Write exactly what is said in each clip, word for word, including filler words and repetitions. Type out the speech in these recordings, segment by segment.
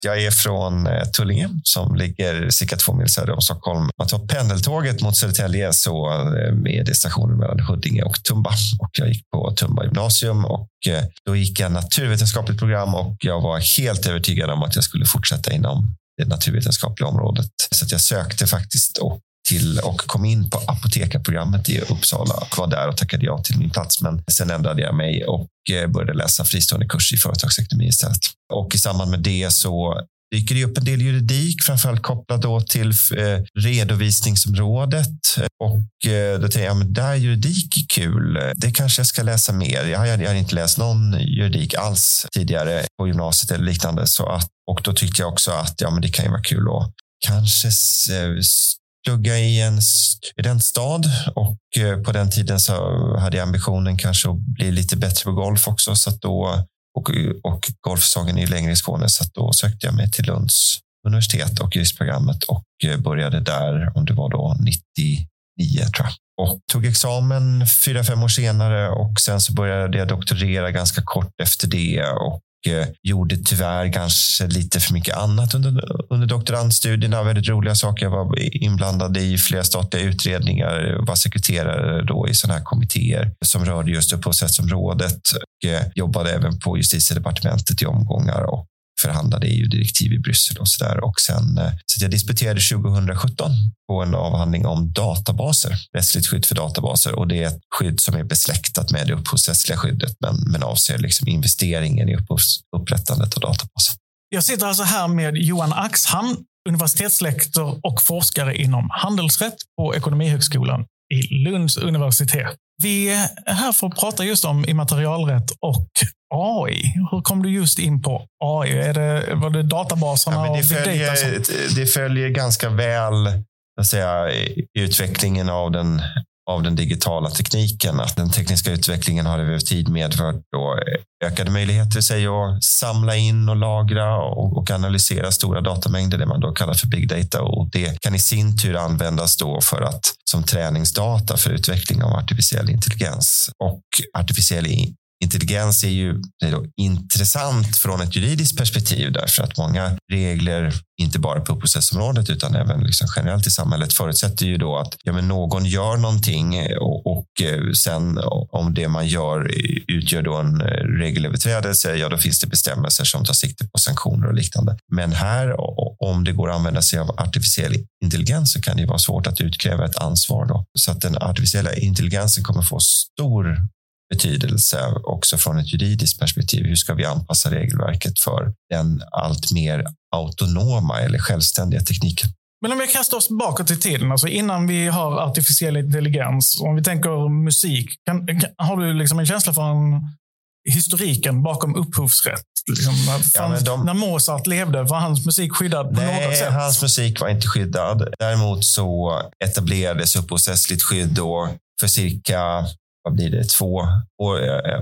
Jag är från Tullinge som ligger cirka två mil söder om Stockholm. Att ta pendeltåget mot Södertälje så är det stationen mellan Huddinge och Tumba. Och jag gick på Tumba gymnasium och då gick jag naturvetenskapligt program och jag var helt övertygad om att jag skulle fortsätta inom det naturvetenskapliga området. Så att jag sökte faktiskt och till och kom in på apotekarprogrammet i Uppsala och var där och tackade ja till min plats. Men sen ändrade jag mig och började läsa fristående kurs i företagsekonomi istället. Och i samband med det så dyker det upp en del juridik, framförallt kopplat då till eh, redovisningsområdet. Och eh, då tänkte jag, men där juridik är kul. Det kanske jag ska läsa mer. Jag har, jag har inte läst någon juridik alls tidigare på gymnasiet eller liknande. Så att, och då tyckte jag också att ja, men det kan ju vara kul att kanske eh, plugga i en studentstad och på den tiden så hade jag ambitionen kanske att bli lite bättre på golf också så att då, och, och golfsäsongen är längre i Skåne så att då sökte jag mig till Lunds universitet och juristprogrammet och började där om det var då nittionio tror jag. Och tog examen fyra, fem år senare och sen så började jag doktorera ganska kort efter det och gjorde tyvärr kanske lite för mycket annat under, under doktorandstudierna. Väldigt roliga saker. Jag var inblandad i flera statliga utredningar. Var sekreterare då i sådana här kommittéer som rörde just upphovsrättsområdet. Och jobbade även på justitiedepartementet i omgångar och förhandlade E U-direktiv i Bryssel och sådär. Och sen, så jag disputerade tjugosjutton på en avhandling om databaser. Rättsligt skydd för databaser. Och det är ett skydd som är besläktat med det upphovsrättsliga skyddet men, men avser liksom investeringen i upphovs, upprättandet av databaser. Jag sitter alltså här med Johan Axhamn, universitetslektor och forskare inom handelsrätt på Ekonomihögskolan i Lunds universitet. Vi är här för att prata just om immaterialrätt och A I. Hur kom du just in på A I? Är det, var det databaserna ja, men det och big följer, data? Som... Det följer ganska väl att säga, utvecklingen av den, av den digitala tekniken. Att den tekniska utvecklingen har över tid medfört då ökade möjligheter i sig att samla in och lagra och, och analysera stora datamängder, det man då kallar för big data. Och det kan i sin tur användas då för att som träningsdata för utveckling av artificiell intelligens. Och artificiell intelligens är ju är då intressant från ett juridiskt perspektiv därför att många regler, inte bara på processområdet utan även liksom generellt i samhället, förutsätter ju då att ja, men någon gör någonting och, och sen om det man gör utgör då en regelöverträdelse, ja då finns det bestämmelser som tar sikte på sanktioner och liknande. Men här, om det går att använda sig av artificiell intelligens så kan det vara svårt att utkräva ett ansvar då. Så att den artificiella intelligensen kommer få stor betydelse också från ett juridiskt perspektiv. Hur ska vi anpassa regelverket för den allt mer autonoma eller självständiga tekniken? Men om vi kastar oss bakåt i tiden, alltså innan vi har artificiell intelligens, om vi tänker musik, kan, kan, har du liksom en känsla för en historiken bakom upphovsrätt? Liksom, fanns, ja, de, när Mozart levde, var hans musik skyddad på nej, något sätt? Hans musik var inte skyddad. Däremot så etablerades upphovsrättsligt skydd då för cirka vad blir det, två år,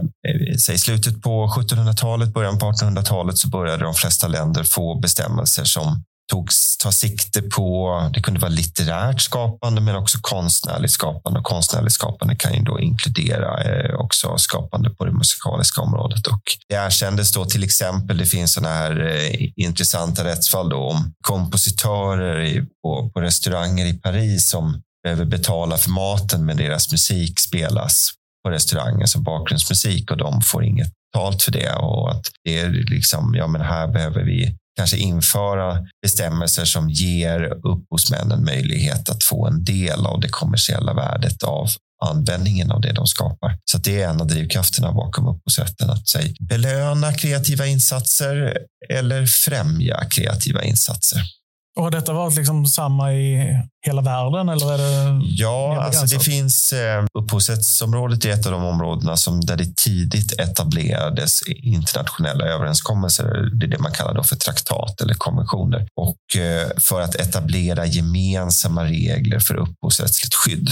säg slutet på sjuttonhundratalet, början på artonhundratalet så började de flesta länder få bestämmelser som togs ta sikte på, det kunde vara litterärt skapande men också konstnärligt skapande och konstnärligt skapande kan ju då inkludera eh, också skapande på det musikaliska området och det erkändes då till exempel, det finns sådana här eh, intressanta rättsfall då om kompositörer i, på, på restauranger i Paris som behöver betala för maten men deras musik spelas på restaurangen som bakgrundsmusik och de får inget betalt för det och att det är liksom, ja men här behöver vi kanske införa bestämmelser som ger upphovsmännen möjlighet att få en del av det kommersiella värdet av användningen av det de skapar. Så att det är en av drivkrafterna bakom upphovsrätten att säga belöna kreativa insatser eller främja kreativa insatser. Och har detta varit liksom samma i hela världen? Eller är det ja, alltså det finns eh, upphovsrättsområdet är ett av de områdena som där det tidigt etablerades internationella överenskommelser. Det är det man kallar då för traktat eller konventioner. Och eh, för att etablera gemensamma regler för upphovsrättsligt skydd.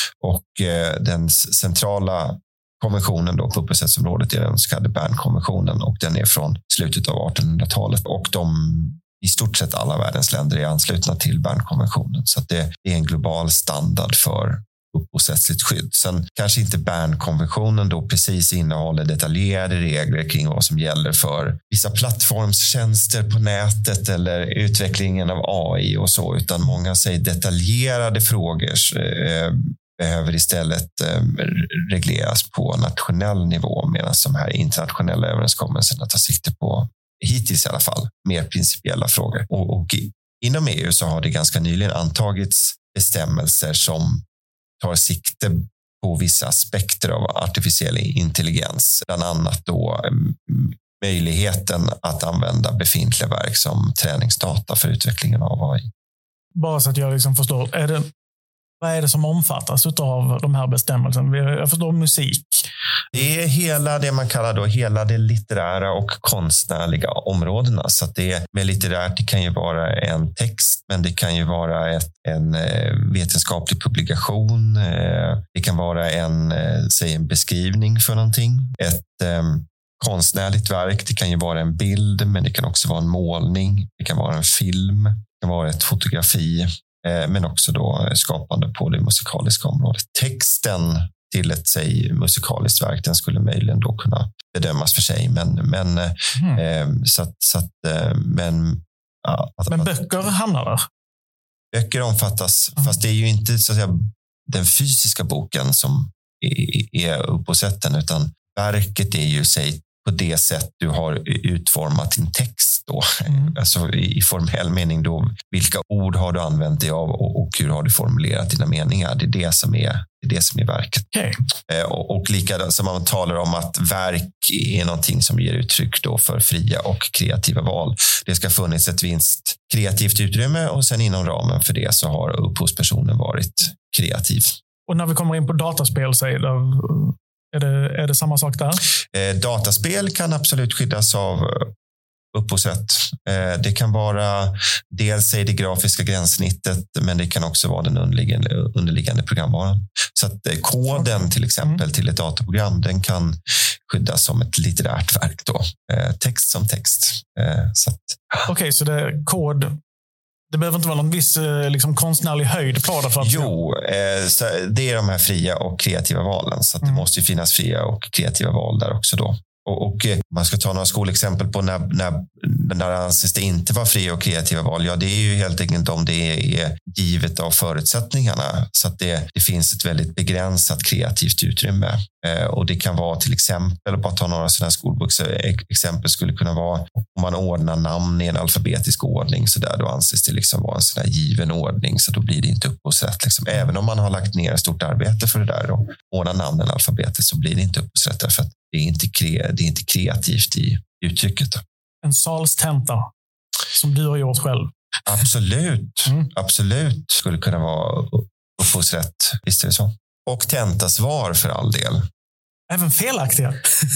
Och eh, den centrala konventionen då på upphovsrättsområdet är den så kallade Bernkonventionen och den är från slutet av artonhundratalet. Och de i stort sett alla världens länder är anslutna till Bernkonventionen. Så att det är en global standard för upphovsrättsligt skydd. Sen kanske inte Bernkonventionen då precis innehåller detaljerade regler kring vad som gäller för vissa plattformstjänster på nätet eller utvecklingen av A I och så, utan många säger detaljerade frågor eh, behöver istället eh, regleras på nationell nivå, medan de här internationella överenskommelserna tar sikte på, hittills i alla fall, mer principiella frågor. Och, och inom E U så har det ganska nyligen antagits bestämmelser som tar sikte på vissa aspekter av artificiell intelligens. Bland annat då möjligheten att använda befintliga verk som träningsdata för utvecklingen av A I. Bara så att jag liksom förstår, är det, vad är det som omfattas av de här bestämmelserna? Jag förstår musik. Det är hela det man kallar då hela det litterära och konstnärliga områdena. Så att det med litterärt, det kan ju vara en text, men det kan ju vara ett, en vetenskaplig publikation. Det kan vara en, säg en beskrivning för någonting. Ett um, konstnärligt verk, det kan ju vara en bild, men det kan också vara en målning. Det kan vara en film, det kan vara ett fotografi, men också då skapande på det musikaliska området. Texten till ett säg musikaliskt verk, den skulle möjligen då kunna bedömas för sig, men men mm. eh, så att, så att men ja, att, men böcker hamnar där. Böcker omfattas, mm. fast det är ju inte så att säga den fysiska boken som är, är upphovsrätten, utan verket är ju säg på det sätt du har utformat din text då. Mm. Alltså i formell mening då, vilka ord har du använt dig av och, och hur har du formulerat dina meningar? Det är det som är, det är, det som är verket. Okay. Eh, och, och likadant som man talar om att verk är någonting som ger uttryck då för fria och kreativa val. Det ska funnits ett vinst kreativt utrymme, och sen inom ramen för det så har upphovspersonen varit kreativ. Och när vi kommer in på dataspel, säger det, Är det, är det samma sak där? Eh, dataspel kan absolut skyddas av upphovsrätt. Eh, det kan vara dels i det grafiska gränssnittet, men det kan också vara den underliggande, underliggande programvaran. Så att eh, koden till exempel mm. till ett dataprogram, den kan skyddas som ett litterärt verk då. Eh, text som text. Eh, så att... Okej, okay, så det är kod. Det behöver inte vara någon viss liksom, konstnärlig höjd på det? För att... Jo, eh, så det är de här fria och kreativa valen. Så att mm. det måste ju finnas fria och kreativa val där också då. Och, och man ska ta några skolexempel på när, när, när det anses det inte vara fria och kreativa val. Ja, det är ju helt enkelt om det är givet av förutsättningarna. Så att det, det finns ett väldigt begränsat kreativt utrymme. Eh, och det kan vara till exempel, bara ta några sådana här skolboksexempel, skulle kunna vara om man ordnar namn i en alfabetisk ordning, så där, då anses det liksom vara en sån här given ordning, så då blir det inte upphovsrätt. Liksom. Även om man har lagt ner ett stort arbete för det där och ordna namnen alfabetiskt, så blir det inte upphovsrätt, därför att det är inte, kre- det är inte kreativt i uttrycket. En salstenta som du har gjort själv. Absolut, mm. absolut skulle kunna vara upphovsrätt, visst är det så. Och tentasvar för all del. Även felaktiga.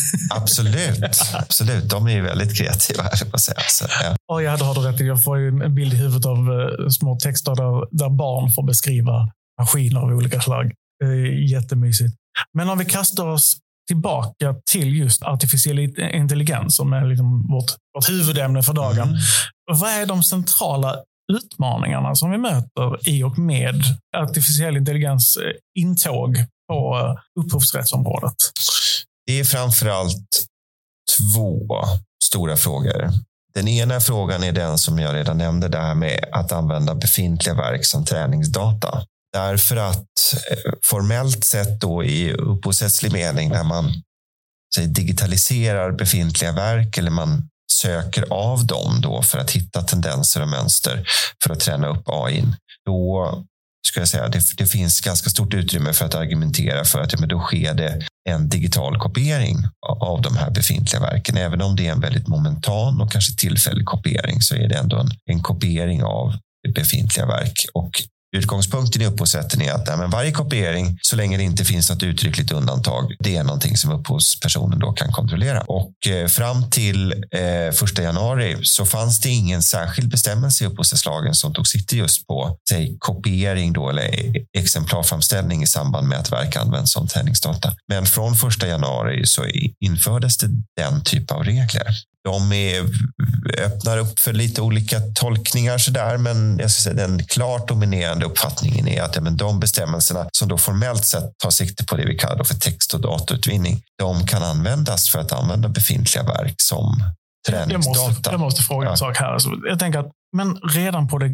Absolut, absolut. De är ju väldigt kreativa här, får jag säga. Så, ja. Och jag hade rätt. Jag får ju en bild i huvudet av uh, små texter där, där barn får beskriva maskiner av olika slag. Det är jättemysigt. Men om vi kastar oss tillbaka till just artificiell intelligens, som är liksom vårt, vårt huvudämne för dagen. Mm. Vad är de centrala utmaningarna som vi möter i och med artificiell intelligens intåg på upphovsrättsområdet? Det är framförallt två stora frågor. Den ena frågan är den som jag redan nämnde, det här med att använda befintliga verk som träningsdata. Därför att formellt sett då i upphovsrättslig mening, när man säg, digitaliserar befintliga verk eller man söker av dem då för att hitta tendenser och mönster för att träna upp A I, då ska jag säga det, det finns ganska stort utrymme för att argumentera för att men då sker det en digital kopiering av de här befintliga verken. Även om det är en väldigt momentan och kanske tillfällig kopiering, så är det ändå en, en kopiering av befintliga verk. Och utgångspunkten i upphovsrätten är att ja, men varje kopiering, så länge det inte finns något uttryckligt undantag, det är någonting som upphovspersonen då kan kontrollera. Och eh, fram till eh, första januari så fanns det ingen särskild bestämmelse i upphovsrättslagen som tog sikte just på säg, kopiering då, eller exemplarframställning i samband med att verk används som träningsdata. Men från första januari så infördes det den typ av regler. de är, öppnar upp för lite olika tolkningar så där, men jag ska säga, den klart dominerande uppfattningen är att ja, men de bestämmelserna som då formellt sett tar sikte på det vi kallar för text- och datautvinning, de kan användas för att använda befintliga verk som träningsdata. Jag måste, jag måste fråga en ja. sak här. Alltså, jag tänker att men redan på det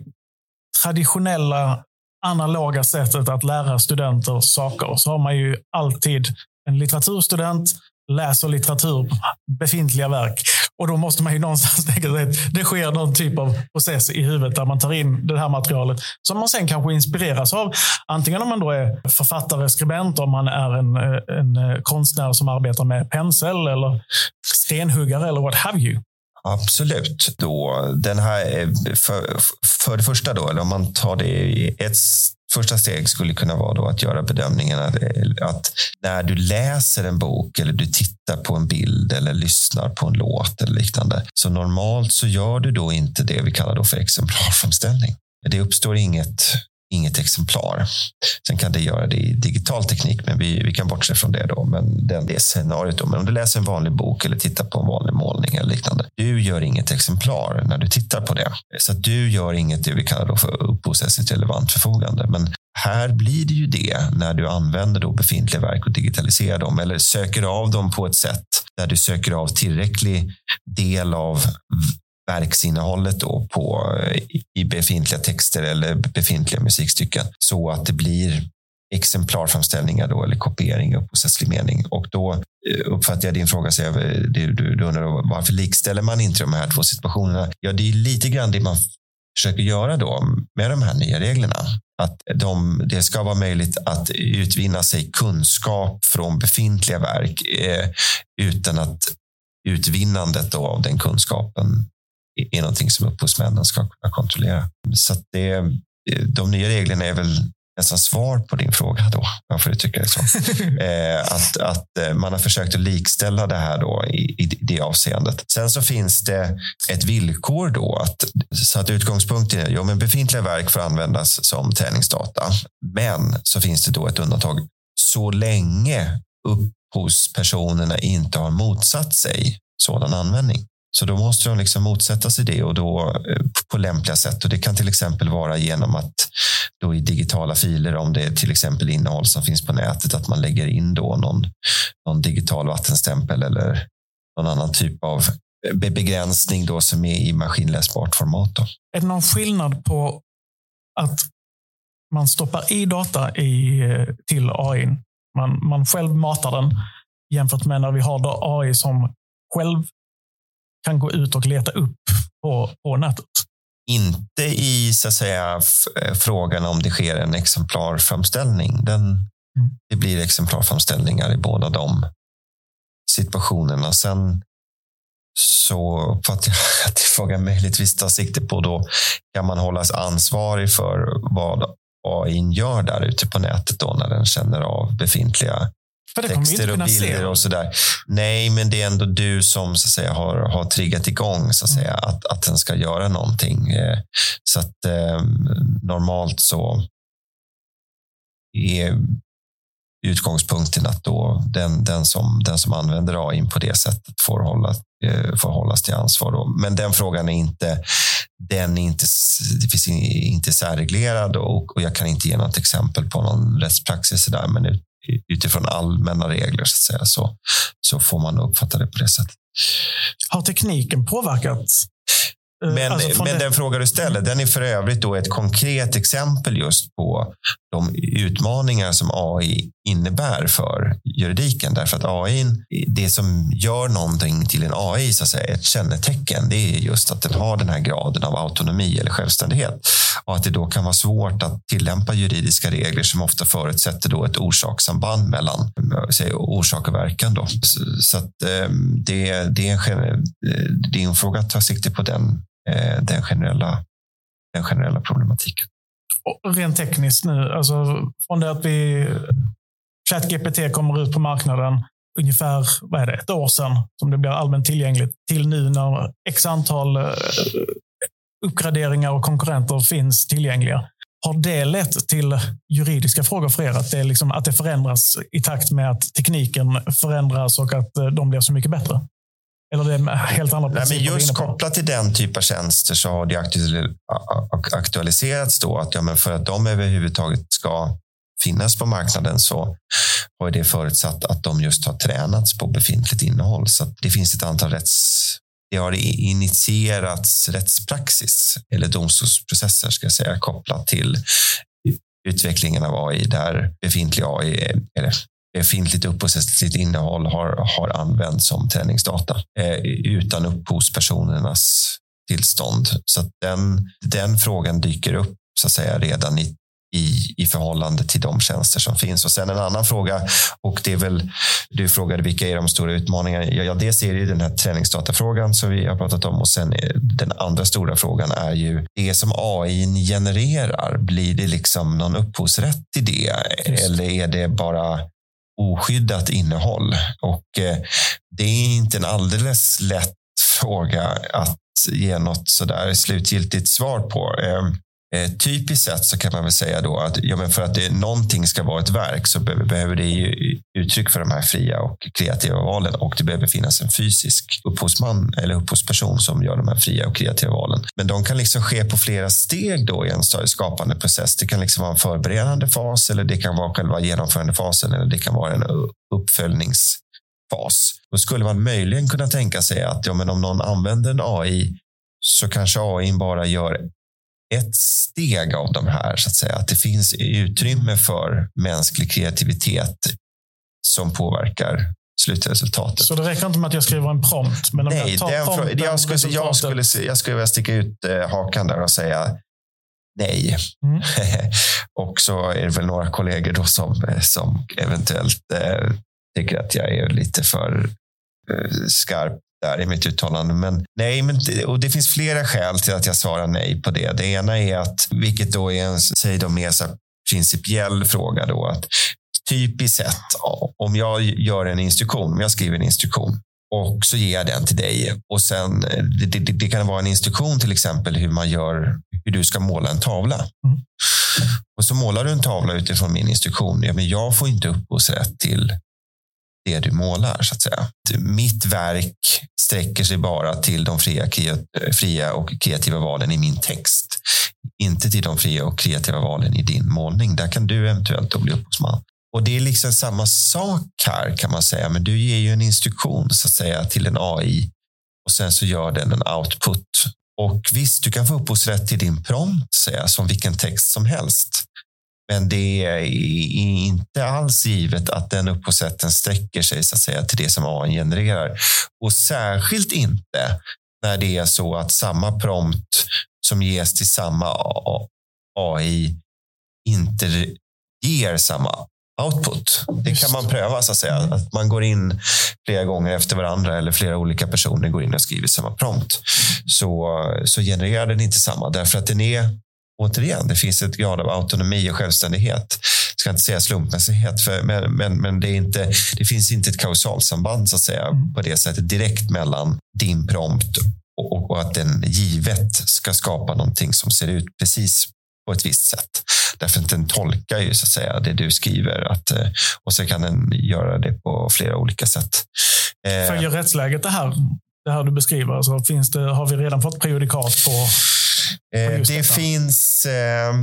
traditionella analoga sättet att lära studenter saker så har man ju alltid en litteraturstudent läser litteratur, befintliga verk. Och då måste man ju någonstans tänka sig att det sker någon typ av process i huvudet där man tar in det här materialet som man sen kanske inspireras av. Antingen om man då är författare, skribent, om man är en, en konstnär som arbetar med pensel eller stenhuggare eller what have you. Absolut. Då, den här, för, för det första då, eller om man tar det i ett första steg skulle kunna vara då att göra bedömningen att, att när du läser en bok eller du tittar på en bild eller lyssnar på en låt eller liknande, så normalt så gör du då inte det vi kallar då för exemplarframställning. Det uppstår inget, inget exemplar. Sen kan det göra det i digital teknik, men vi, vi kan bortse från det då. Men den, det är scenariot då. Men om du läser en vanlig bok eller tittar på en vanlig målning eller liknande, du gör inget exemplar när du tittar på det. Så att du gör inget det vi kallar då för upphovsrättsligt relevant förfogande. Men här blir det ju det när du använder då befintliga verk och digitaliserar dem eller söker av dem på ett sätt där du söker av tillräcklig del av verksinnehållet då på, i befintliga texter eller befintliga musikstycken så att det blir exemplarframställningar då, eller kopiering i upphovsrättslig mening. Och då uppfattar jag din fråga, så jag, du, du, du undrar varför likställer man inte de här två situationerna? Ja, det är lite grann det man försöker göra då med de här nya reglerna. Att de, det ska vara möjligt att utvinna sig kunskap från befintliga verk eh, utan att utvinnandet då av den kunskapen är någonting som upphovsmännen ska kunna kontrollera. Så att det, de nya reglerna är väl nästan svar på din fråga då, varför du tycker det är så. eh, att, att man har försökt att likställa det här då i, i det avseendet. Sen så finns det ett villkor då, att, så att utgångspunkten är, jo men befintliga verk får användas som träningsdata. Men så finns det då ett undantag så länge upphovspersonerna inte har motsatt sig sådan användning. Så då måste de liksom motsätta sig det och då på lämpliga sätt. Och det kan till exempel vara genom att då i digitala filer, om det är till exempel innehåll som finns på nätet, att man lägger in då någon, någon digital vattenstämpel eller någon annan typ av begränsning då som är i maskinläsbart format. Då. Är det någon skillnad på att man stoppar i data i, till A I? Man, man själv matar den jämfört med när vi har då A I som själv kan gå ut och leta upp på, på nätet? Inte i så att säga f- frågan om det sker en exemplarframställning. Den, mm. Det blir exemplarframställningar i båda de situationerna. Sen så uppfattar jag att det frågan möjligtvis tar sikte på då kan man hållas ansvarig för vad A I gör där ute på nätet då när den känner av befintliga texter och bilder och sådär. Nej, men det är ändå du som så att säga har, har triggat igång så att säga mm. att, att den ska göra någonting. Så att eh, normalt så är utgångspunkten att då den, den, som, den som använder A I på det sättet får, hålla, eh, får hållas till ansvar. Då. Men den frågan är inte den är inte, det finns inte särreglerad och, och jag kan inte ge något exempel på någon rättspraxis där, men ut, utifrån allmänna regler så, att säga, så, så får man uppfatta det på det sättet. Har tekniken påverkat? Men, alltså men det... den fråga du ställer, den är för övrigt då ett konkret exempel just på de utmaningar som A I innebär för juridiken. Därför att A I, det som gör någonting till en A I, så att säga, ett kännetecken, det är just att den har den här graden av autonomi eller självständighet. Och att det då kan vara svårt att tillämpa juridiska regler som ofta förutsätter då ett orsakssamband mellan säg, orsak och verkan. Då. Så att, det, det, är en, det är en fråga att ta sikte på den Den generella, den generella problematiken. Och rent tekniskt nu, alltså från det att vi ChatGPT kommer ut på marknaden ungefär vad är det, ett år sedan som det blir allmänt tillgängligt till nu när x antal uppgraderingar och konkurrenter finns tillgängliga. Har det lett till juridiska frågor för er? Att det, liksom, att det förändras i takt med att tekniken förändras och att de blir så mycket bättre? Eller det är helt andra principer? Nej, men just kopplat till den typen av tjänster så har det aktualiserats då att ja, men för att de överhuvudtaget ska finnas på marknaden så har det förutsatt att de just har tränats på befintligt innehåll. Så att det finns ett antal rätts... Det har initierats rättspraxis eller domstolsprocesser ska jag säga kopplat till utvecklingen av A I där befintlig A I eller befintligt upphovsrättsligt innehåll har, har använts som träningsdata eh, utan upphovspersonernas tillstånd. Så att den, den frågan dyker upp så att säga redan i I, i förhållande till de tjänster som finns. Och sen en annan fråga, och det är väl, du frågade vilka är de stora utmaningarna? Ja, ja dels är det ju den här träningsdatafrågan som vi har pratat om och sen den andra stora frågan är ju det som A I genererar. Blir det liksom någon upphovsrätt i det? Just. Eller är det bara oskyddat innehåll? Och eh, det är inte en alldeles lätt fråga att ge något sådär slutgiltigt svar på. Eh, Eh, typiskt sett så kan man väl säga då att ja, men för att det, någonting ska vara ett verk så be- behöver det ju uttryck för de här fria och kreativa valen och det behöver finnas en fysisk upphovsman eller upphovsperson som gör de här fria och kreativa valen. Men de kan liksom ske på flera steg då i en skapande process. Det kan liksom vara en förberedande fas eller det kan vara själva genomförande fasen eller det kan vara en uppföljningsfas. Då skulle man möjligen kunna tänka sig att ja, men om någon använder en A I så kanske A I bara gör ett steg av de här så att säga. Att det finns utrymme för mänsklig kreativitet som påverkar slutresultatet. Så det räcker inte med att jag skriver en prompt? Men om Nej, jag, tar den, prompten, jag, skulle, jag, skulle, jag skulle vilja sticka ut eh, hakan där och säga nej. Mm. Och så är det väl några kollegor då som, som eventuellt eh, tycker att jag är lite för eh, skarp där i mitt uttalande. Men nej, men, och det finns flera skäl till att jag svarar nej på det. Det ena är att, vilket då är en säg då mer så principiell fråga då, att typiskt sett, om jag gör en instruktion, om jag skriver en instruktion och så ger jag den till dig och sen, det, det, det kan vara en instruktion till exempel hur man gör, hur du ska måla en tavla. Mm. Och så målar du en tavla utifrån min instruktion. Ja, men jag får inte upphovsrätt till det du målar så att säga. Mitt verk sträcker sig bara till de fria, fria och kreativa valen i min text. Inte till de fria och kreativa valen i din målning. Där kan du eventuellt då bli upphovsman. Och det är liksom samma sak här kan man säga. Men du ger ju en instruktion så att säga till en A I. Och sen så gör den en output. Och visst, du kan få upphovsrätt till din prompt säga, som vilken text som helst. Men det är inte alls givet att den upphovsrätten sträcker sig så att säga till det som A I genererar. Och särskilt inte när det är så att samma prompt som ges till samma A I inte ger samma output. Det kan man pröva så att säga. Att man går in flera gånger efter varandra eller flera olika personer går in och skriver samma prompt. Så, så genererar den inte samma. Därför att den är återigen, det finns ett grad av autonomi och självständighet. Jag ska inte säga slumpmässighet, för, men, men, men det, är inte, det finns inte ett kausalsamband så att säga, på det sättet direkt mellan din prompt och, och att den givet ska skapa någonting som ser ut precis på ett visst sätt. Därför att den tolkar ju så att säga det du skriver att, och så kan den göra det på flera olika sätt. Följer rättsläget det här, det här du beskriver? Så finns det, har vi redan fått prejudikat på Eh, det detta. finns eh,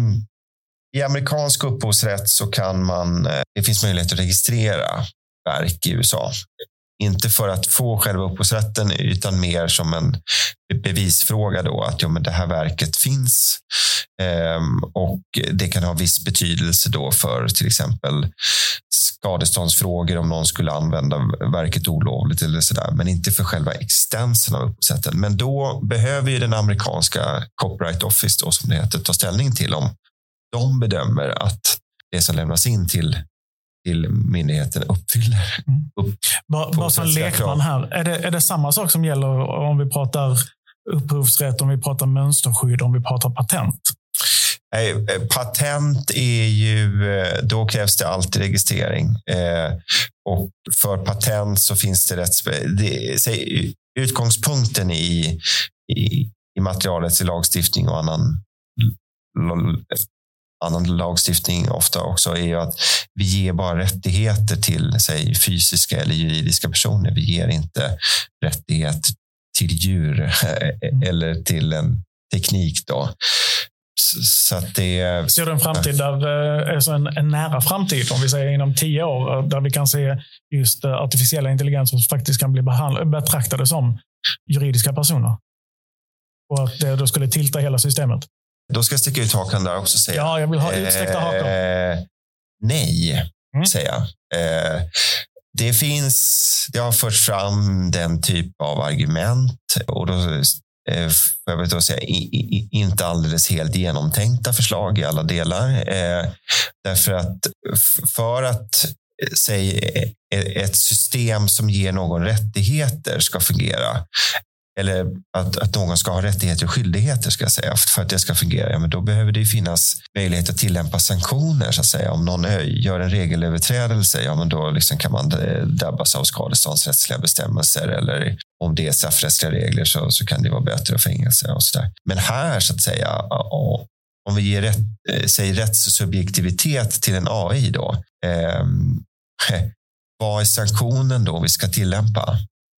i amerikansk upphovsrätt så kan man, eh, det finns möjlighet att registrera verk i U S A. Inte för att få själva upphovsrätten utan mer som en bevisfråga då att ja, men det här verket finns eh, och det kan ha viss betydelse då för till exempel skadeståndsfrågor om någon skulle använda verket olovligt eller sådär, men inte för själva existensen av upphovsrätten. Men då behöver ju den amerikanska Copyright Office då, som det heter, ta ställning till om de bedömer att det som lämnas in till till myndigheten uppfyller. Mm. Bara som lekman här, är det, är det samma sak som gäller om vi pratar upphovsrätt, om vi pratar mönsterskydd, om vi pratar patent? Nej, patent är ju, då krävs det alltid registrering. Eh, och för patent så finns det rätt, det, säg, utgångspunkten i, i, i materialets lagstiftning och annan annan lagstiftning ofta också är ju att vi ger bara rättigheter till säg, fysiska eller juridiska personer. Vi ger inte rättighet till djur eller till en teknik då. Så att det... Ser du en framtid där, alltså en, en nära framtid, om vi säger inom tio år, där vi kan se just artificiella intelligenser som faktiskt kan bli behand- betraktade som juridiska personer? Och att det då skulle tilta hela systemet? Då ska jag sticka ut hakan där också säga. Ja, jag vill ha utsträckta hakor. Eh, nej, mm. säga. Eh, det finns, det har förts fram den typ av argument och då eh, jag vet då säga, i, i, inte alldeles helt genomtänkta förslag i alla delar. Eh, därför att för att säg, ett system som ger någon rättigheter ska fungera, eller att, att någon ska ha rättigheter och skyldigheter ska jag säga, för att det ska fungera, ja, men då behöver det finnas möjlighet att tillämpa sanktioner så att säga. Om någon gör en regelöverträdelse, ja, men då liksom kan man drabbas av skadeståndsrättsliga bestämmelser, eller om det är straffrättsliga regler så, så kan det vara böter och fängelse och så där. Men här så att säga, om vi ger rätt, säg rättssubjektivitet till en A I då, eh, vad är sanktionen då vi ska tillämpa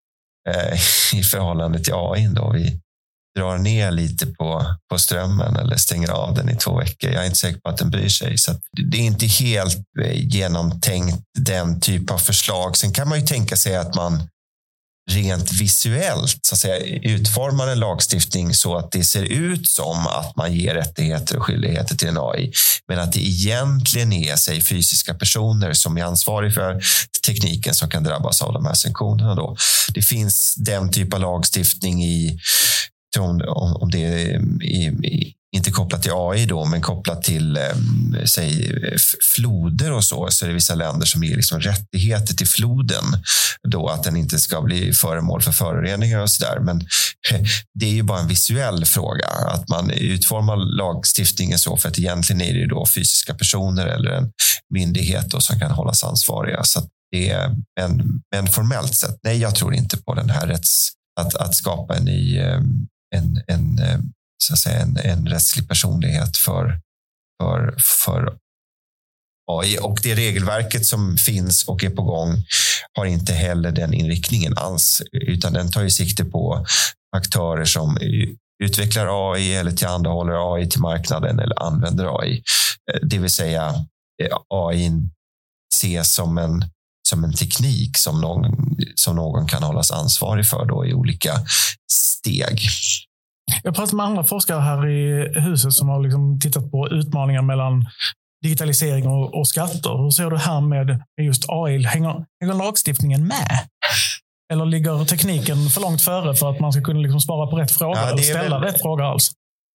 i förhållande till A I då? Vi drar ner lite på, på strömmen eller stänger av den i två veckor. Jag är inte säker på att den bryr sig. Så det är inte helt genomtänkt den typ av förslag. Sen kan man ju tänka sig att man rent visuellt så att säga, utformar en lagstiftning så att det ser ut som att man ger rättigheter och skyldigheter till en A I, men att det egentligen är sig fysiska personer som är ansvariga för tekniken som kan drabbas av de här sanktionerna då. Det finns den typ av lagstiftning i, om, om det är i, i, inte kopplat till A I då, men kopplat till eh, säg, floder och så, så är det vissa länder som ger liksom rättigheter till floden då, att den inte ska bli föremål för föroreningar och sådär. Men det är ju bara en visuell fråga, att man utformar lagstiftningen så, för att egentligen är det ju då fysiska personer eller en myndighet då som kan hållas ansvariga. Så att det är, men, men formellt sett, nej, jag tror inte på den här rätts, att, att skapa en ny en, en så att säga, en, en rättslig personlighet för, för, för A I. Och det regelverket som finns och är på gång har inte heller den inriktningen alls, utan den tar ju sikte på aktörer som utvecklar A I eller tillhandahåller A I till marknaden eller använder A I. Det vill säga A I ses som en, som en teknik som någon, som någon kan hållas ansvarig för då i olika steg. Jag pratar med andra forskare här i huset som har liksom tittat på utmaningar mellan digitalisering och, och skatter. Hur ser du här med just A I? Hänger, hänger lagstiftningen med? Eller ligger tekniken för långt före för att man ska kunna liksom svara på rätt fråga, ja, eller ställa väl rätt fråga alls?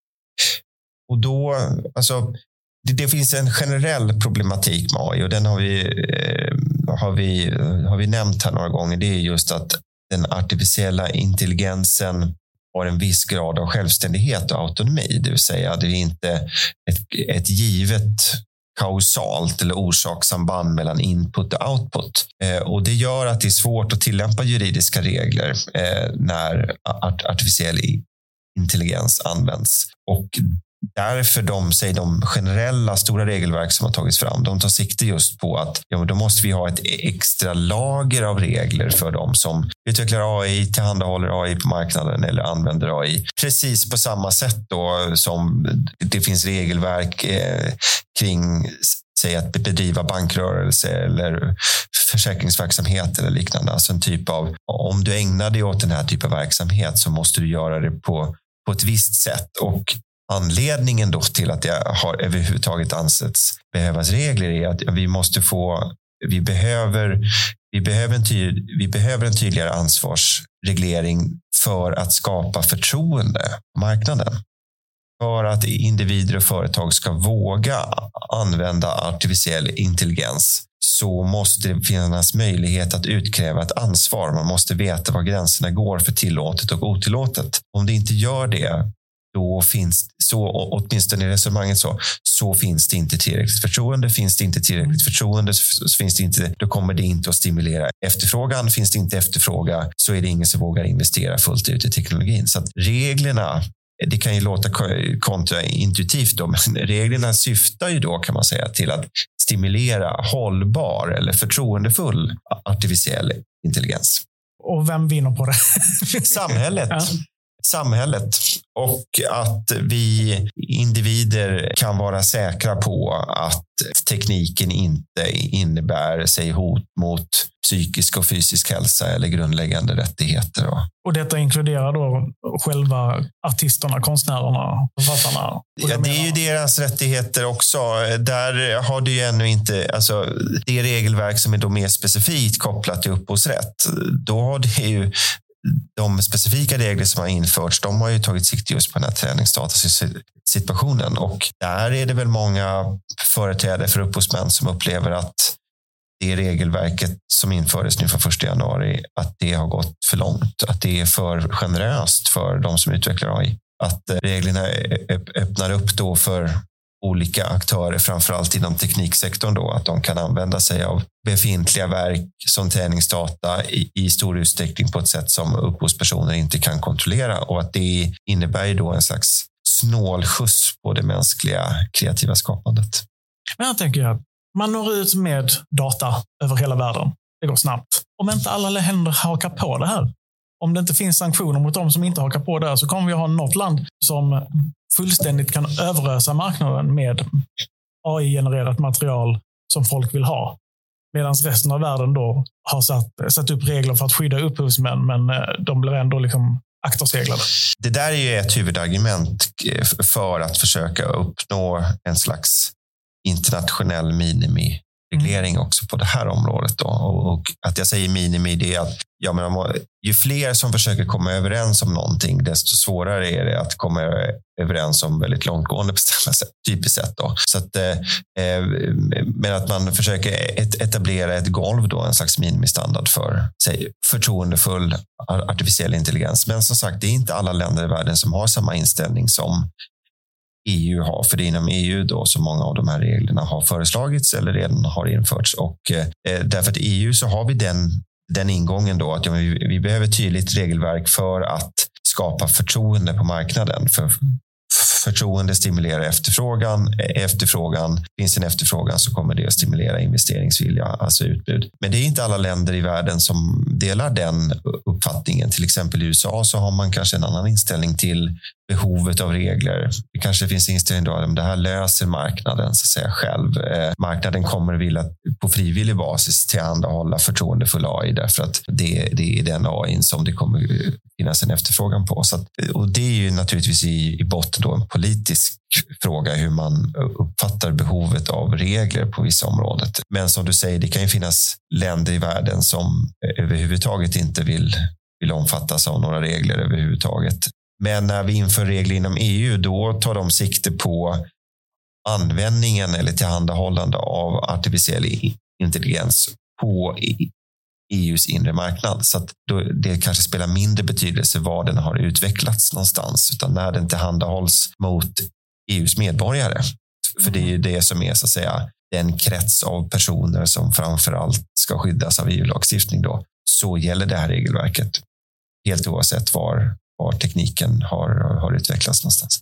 Och då, alltså, det, det finns en generell problematik med A I och den har vi, eh, har vi, har vi nämnt här några gånger. Det är just att den artificiella intelligensen har en viss grad av självständighet och autonomi. Det vill säga det är inte ett, ett givet kausalt eller orsakssamband mellan input och output. Eh, och det gör att det är svårt att tillämpa juridiska regler eh, när art, artificiell intelligens används. Och därför de, säger de generella stora regelverk som har tagits fram, de tar sikte just på att ja, men då måste vi ha ett extra lager av regler för de som utvecklar A I, tillhandahåller A I på marknaden eller använder A I. Precis på samma sätt då som det finns regelverk eh, kring säg att bedriva bankrörelse eller försäkringsverksamhet eller liknande. Alltså en typ av, om du ägnar dig åt den här typen av verksamhet så måste du göra det på, på ett visst sätt. Och anledningen då till att det har överhuvudtaget ansetts behövas regler är att vi måste få, vi behöver, vi behöver, en, ty, vi behöver en tydligare ansvarsreglering för att skapa förtroende på marknaden. För att individer och företag ska våga använda artificiell intelligens så måste det finnas möjlighet att utkräva ett ansvar. Man måste veta var gränserna går för tillåtet och otillåtet. Om det inte gör det, då finns så, åtminstone i resonemanget så, så finns det inte tillräckligt förtroende. Finns det inte tillräckligt förtroende så finns det inte, då kommer det inte att stimulera efterfrågan. Finns det inte efterfrågan så är det ingen som vågar investera fullt ut i teknologin. Så att reglerna det kan ju låta kontraintuitivt då, men reglerna syftar ju då, kan man säga, till att stimulera hållbar eller förtroendefull artificiell intelligens. Och vem vinner på det? Samhället. Ja. Samhället. Och att vi individer kan vara säkra på att tekniken inte innebär sig hot mot psykisk och fysisk hälsa eller grundläggande rättigheter. Och detta inkluderar då själva artisterna, konstnärerna, författarna? Ja, det är ju deras rättigheter också. Där har du ju ännu inte, alltså det regelverk som är då mer specifikt kopplat till upphovsrätt. Då har det ju de specifika regler som har införts, de har ju tagit sikte just på den här träningsdatasituationen. Och där är det väl många företrädare för upphovsmän som upplever att det regelverket som infördes nu från första januari, att det har gått för långt. Att det är för generöst för de som utvecklar A I. Att reglerna öppnar upp då för olika aktörer, framförallt inom tekniksektorn då, att de kan använda sig av befintliga verk som träningsdata i, i stor utsträckning på ett sätt som upphovspersoner inte kan kontrollera, och att det innebär ju då en slags snålskjuts på det mänskliga kreativa skapandet. Men jag tänker att man når ut med data över hela världen. Det går snabbt. Om inte alla länder hakar på det här, om det inte finns sanktioner mot dem som inte hakar på det här, så kommer vi ha något land som fullständigt kan överösa marknaden med A I-genererat material som folk vill ha. Medan resten av världen då har satt, satt upp regler för att skydda upphovsmän, men de blir ändå liksom akterseglade. Det där är ju ett huvudargument för att försöka uppnå en slags internationell minimireglering också på det här området då. Och att jag säger minimi, det är att ja, men ju fler som försöker komma överens om någonting, desto svårare är det att komma överens om väldigt långtgående bestämmelser, typiskt sett då. Så att, eh, men att man försöker et- etablera ett golv då, en slags minimistandard för säg, förtroendefull artificiell intelligens. Men som sagt, det är inte alla länder i världen som har samma inställning som E U har, för det är inom E U då så många av de här reglerna har föreslagits eller redan har införts, och eh, därför att i E U så har vi den, den ingången då att ja, vi, vi behöver tydligt regelverk för att skapa förtroende på marknaden. För förtroende stimulerar efterfrågan. Efterfrågan, finns en efterfrågan så kommer det att stimulera investeringsvilja, alltså utbud. Men det är inte alla länder i världen som delar den uppfattningen. Till exempel i U S A så har man kanske en annan inställning till behovet av regler. Det kanske finns inställning då att det här löser marknaden så att säga själv. Eh, marknaden kommer vilja på frivillig basis tillhandahålla förtroendefull A I, därför att det, det är den A I som det kommer finnas en efterfrågan på. Så att, och det är ju naturligtvis i, i botten då en politisk fråga hur man uppfattar behovet av regler på vissa områden. Men som du säger, det kan ju finnas länder i världen som överhuvudtaget inte vill, vill omfattas av några regler överhuvudtaget. Men när vi inför regler inom E U, då tar de sikte på användningen eller tillhandahållande av artificiell intelligens på E U:s inre marknad. Så att då det kanske spelar mindre betydelse var den har utvecklats någonstans, utan när den tillhandahålls mot E U:s medborgare. För det är ju det som är så att säga den krets av personer som framförallt ska skyddas av E U-lagstiftning då. Så gäller det här regelverket helt oavsett var var tekniken har, har utvecklats någonstans.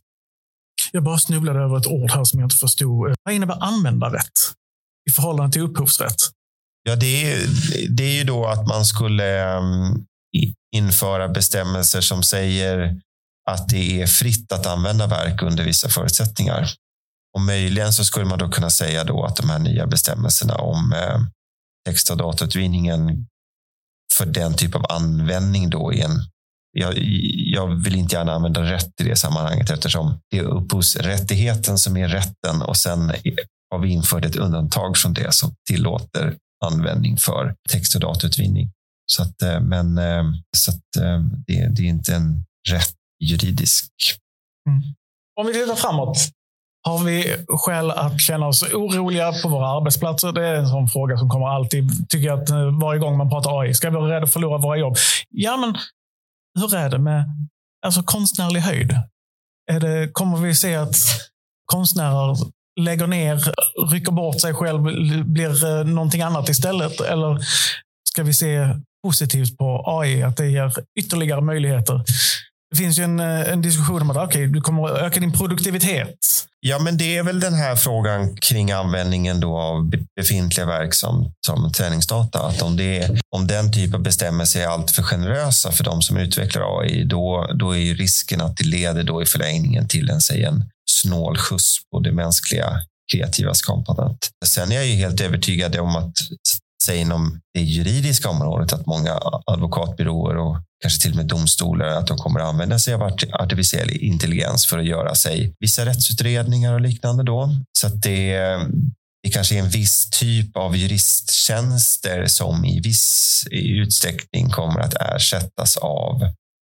Jag bara snubblade över ett ord här som jag inte förstod. Vad innebär användarrätt i förhållande till upphovsrätt? Ja, det är, det är ju då att man skulle um, införa bestämmelser som säger att det är fritt att använda verk under vissa förutsättningar. Och möjligen så skulle man då kunna säga då att de här nya bestämmelserna om eh, text- och datautvinningen för den typ av användning då är en Jag, jag vill inte gärna använda rätt i det sammanhanget, eftersom det är upphovsrättigheten som är rätten, och sen har vi infört ett undantag från det som tillåter användning för text- och datautvinning. Så att, men så att det, det är inte en rätt juridisk. Mm. Om vi tittar framåt, har vi skäl att känna oss oroliga på våra arbetsplatser? Det är en sån fråga som kommer alltid, tycker jag, att varje gång man pratar A I. Ska vi vara rädda att förlora våra jobb? Ja, men hur är det med alltså, konstnärlig höjd? Är det, kommer vi se att konstnärer lägger ner, rycker bort sig själv, blir någonting annat istället? Eller ska vi se positivt på A I, att det ger ytterligare möjligheter? Det finns ju en, en diskussion om att okay, du kommer att öka din produktivitet. Ja, men det är väl den här frågan kring användningen då av befintliga verk som, som träningsdata. Att om, det, om den typen av bestämmelser är allt för generösa för de som utvecklar A I, då, då är ju risken att det leder då i förlängningen till en, säg, en snål skjuts på det mänskliga kreativa skapandet. Sen är jag ju helt övertygad om att, säg inom det juridiska området, att många advokatbyråer och kanske till och med domstolar, att de kommer att använda sig av artificiell intelligens för att göra sig vissa rättsutredningar och liknande då. Så att det, det kanske är en viss typ av juristtjänster som i viss utsträckning kommer att ersättas av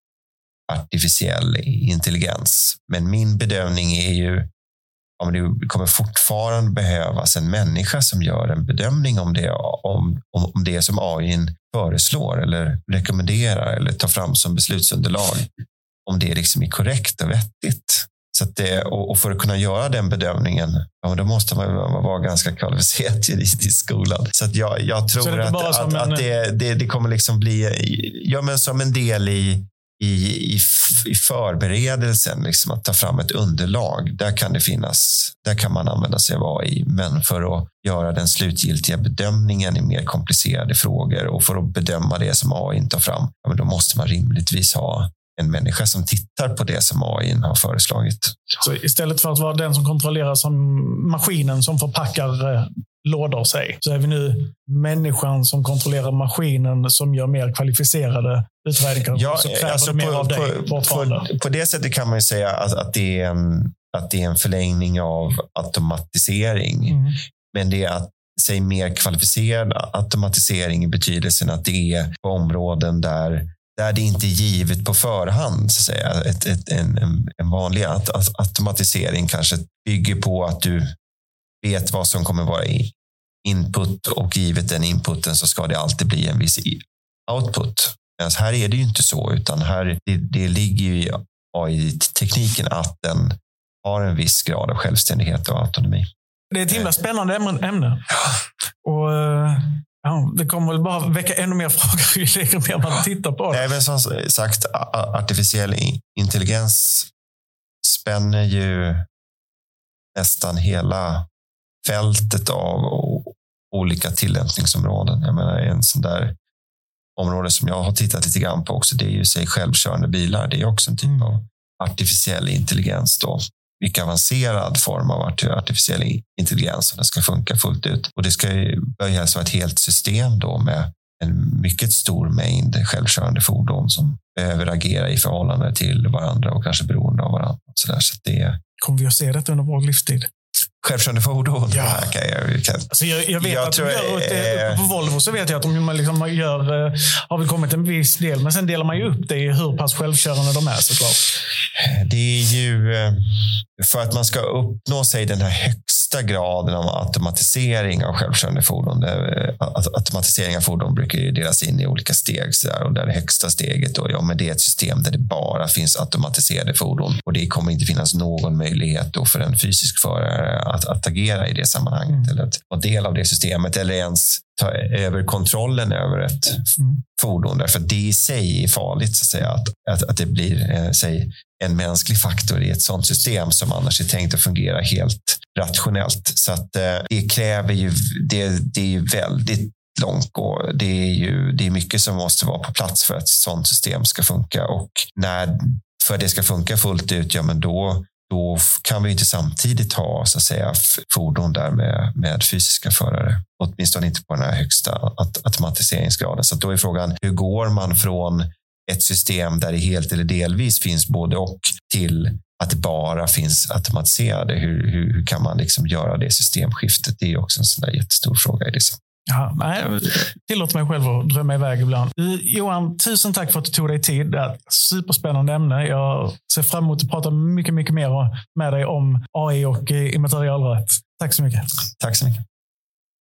artificiell intelligens. Men min bedömning är ju om det kommer fortfarande behövas en människa som gör en bedömning om det, om, om det som A I föreslår eller rekommenderar eller tar fram som beslutsunderlag, om det liksom är korrekt och vettigt. Så att det, och för att kunna göra den bedömningen, ja, då måste man vara ganska kvalificerad juridiskt skolan. Så att jag, jag tror att, att, att det, det, det kommer liksom bli ja, men som en del i I, i, i förberedelsen, liksom att ta fram ett underlag. Där kan det finnas, där kan man använda sig av A I. Men för att göra den slutgiltiga bedömningen i mer komplicerade frågor och för att bedöma det som A I tar fram, ja, men då måste man rimligtvis ha en människa som tittar på det som A I har föreslagit. Så istället för att vara den som kontrollerar som maskinen som förpackar eh, lådor sig, så är vi nu människan som kontrollerar maskinen som gör mer kvalificerade utredningar. Ja, så kräver alltså det mer på, av dig på, på, på det sättet kan man ju säga att, att, det är en, att det är en förlängning av automatisering. Mm. Men det är att säg mer kvalificerad automatisering i betydelsen att det är på områden där där det inte är givet på förhand, så att säga. Ett, ett, en, en vanlig automatisering kanske bygger på att du vet vad som kommer vara i input, och givet den inputen så ska det alltid bli en viss output. Men här är det ju inte så, utan här det, det ligger ju i A I-tekniken att den har en viss grad av självständighet och autonomi. Det är ett himla spännande ämne. Och ja, det kommer väl bara väcka ännu mer frågor ju längre mer man tittar på det. Nej, men som sagt, artificiell intelligens spänner ju nästan hela fältet av olika tillämpningsområden. Jag menar, en sån där område som jag har tittat lite grann på också, det är ju sig självkörande bilar. Det är också en typ mm. av artificiell intelligens då. Vilken avancerad form av artificiell intelligens som den ska funka fullt ut. Och det ska ju börja vara ett helt system då med en mycket stor mängd självkörande fordon som behöver agera i förhållande till varandra och kanske beroende av varandra. Så där, så det... Kommer vi att se detta under vår livstid? Självkörande fordon. Ja. Kan jag, kan... Alltså jag, jag vet jag att tror, de gör, äh... på Volvo så vet jag att de liksom gör, har väl kommit en viss del, men sen delar man ju upp det i hur pass självkörande de är, såklart. Det är ju för att man ska uppnå sig den här högsta graden av automatisering av självkörande fordon. Automatisering av fordon brukar ju delas in i olika steg. Så där, och där det högsta steget då, ja, men det är ett system där det bara finns automatiserade fordon. Och det kommer inte finnas någon möjlighet då för en fysisk förare att, att agera i det sammanhanget. Mm. Eller att vara del av det systemet eller ens ta över kontrollen över ett mm. fordon. Därför att det i sig är farligt, så att säga. Att, att, att det blir eh, säg, en mänsklig faktor i ett sådant system som annars är tänkt att fungera helt rationellt. Så att eh, det kräver ju, det, det är ju väldigt långt och det är ju det är mycket som måste vara på plats för att ett sådant system ska funka. Och när för att det ska funka fullt ut, ja men då Då kan vi inte samtidigt ha, så att säga, fordon där med, med fysiska förare. Åtminstone inte på den här högsta automatiseringsgraden. Så då är frågan, hur går man från ett system där det helt eller delvis finns både och till att det bara finns automatiserade? Hur, hur, hur kan man liksom göra det systemskiftet? Det är också en sån där jättestor fråga i det. Ja, nej, tillåt mig själv att drömma iväg ibland. Johan, tusen tack för att du tog dig tid. Det är ett superspännande ämne. Jag ser fram emot att prata mycket, mycket mer med dig om A I och immaterialrätt. Tack så mycket. Tack så mycket.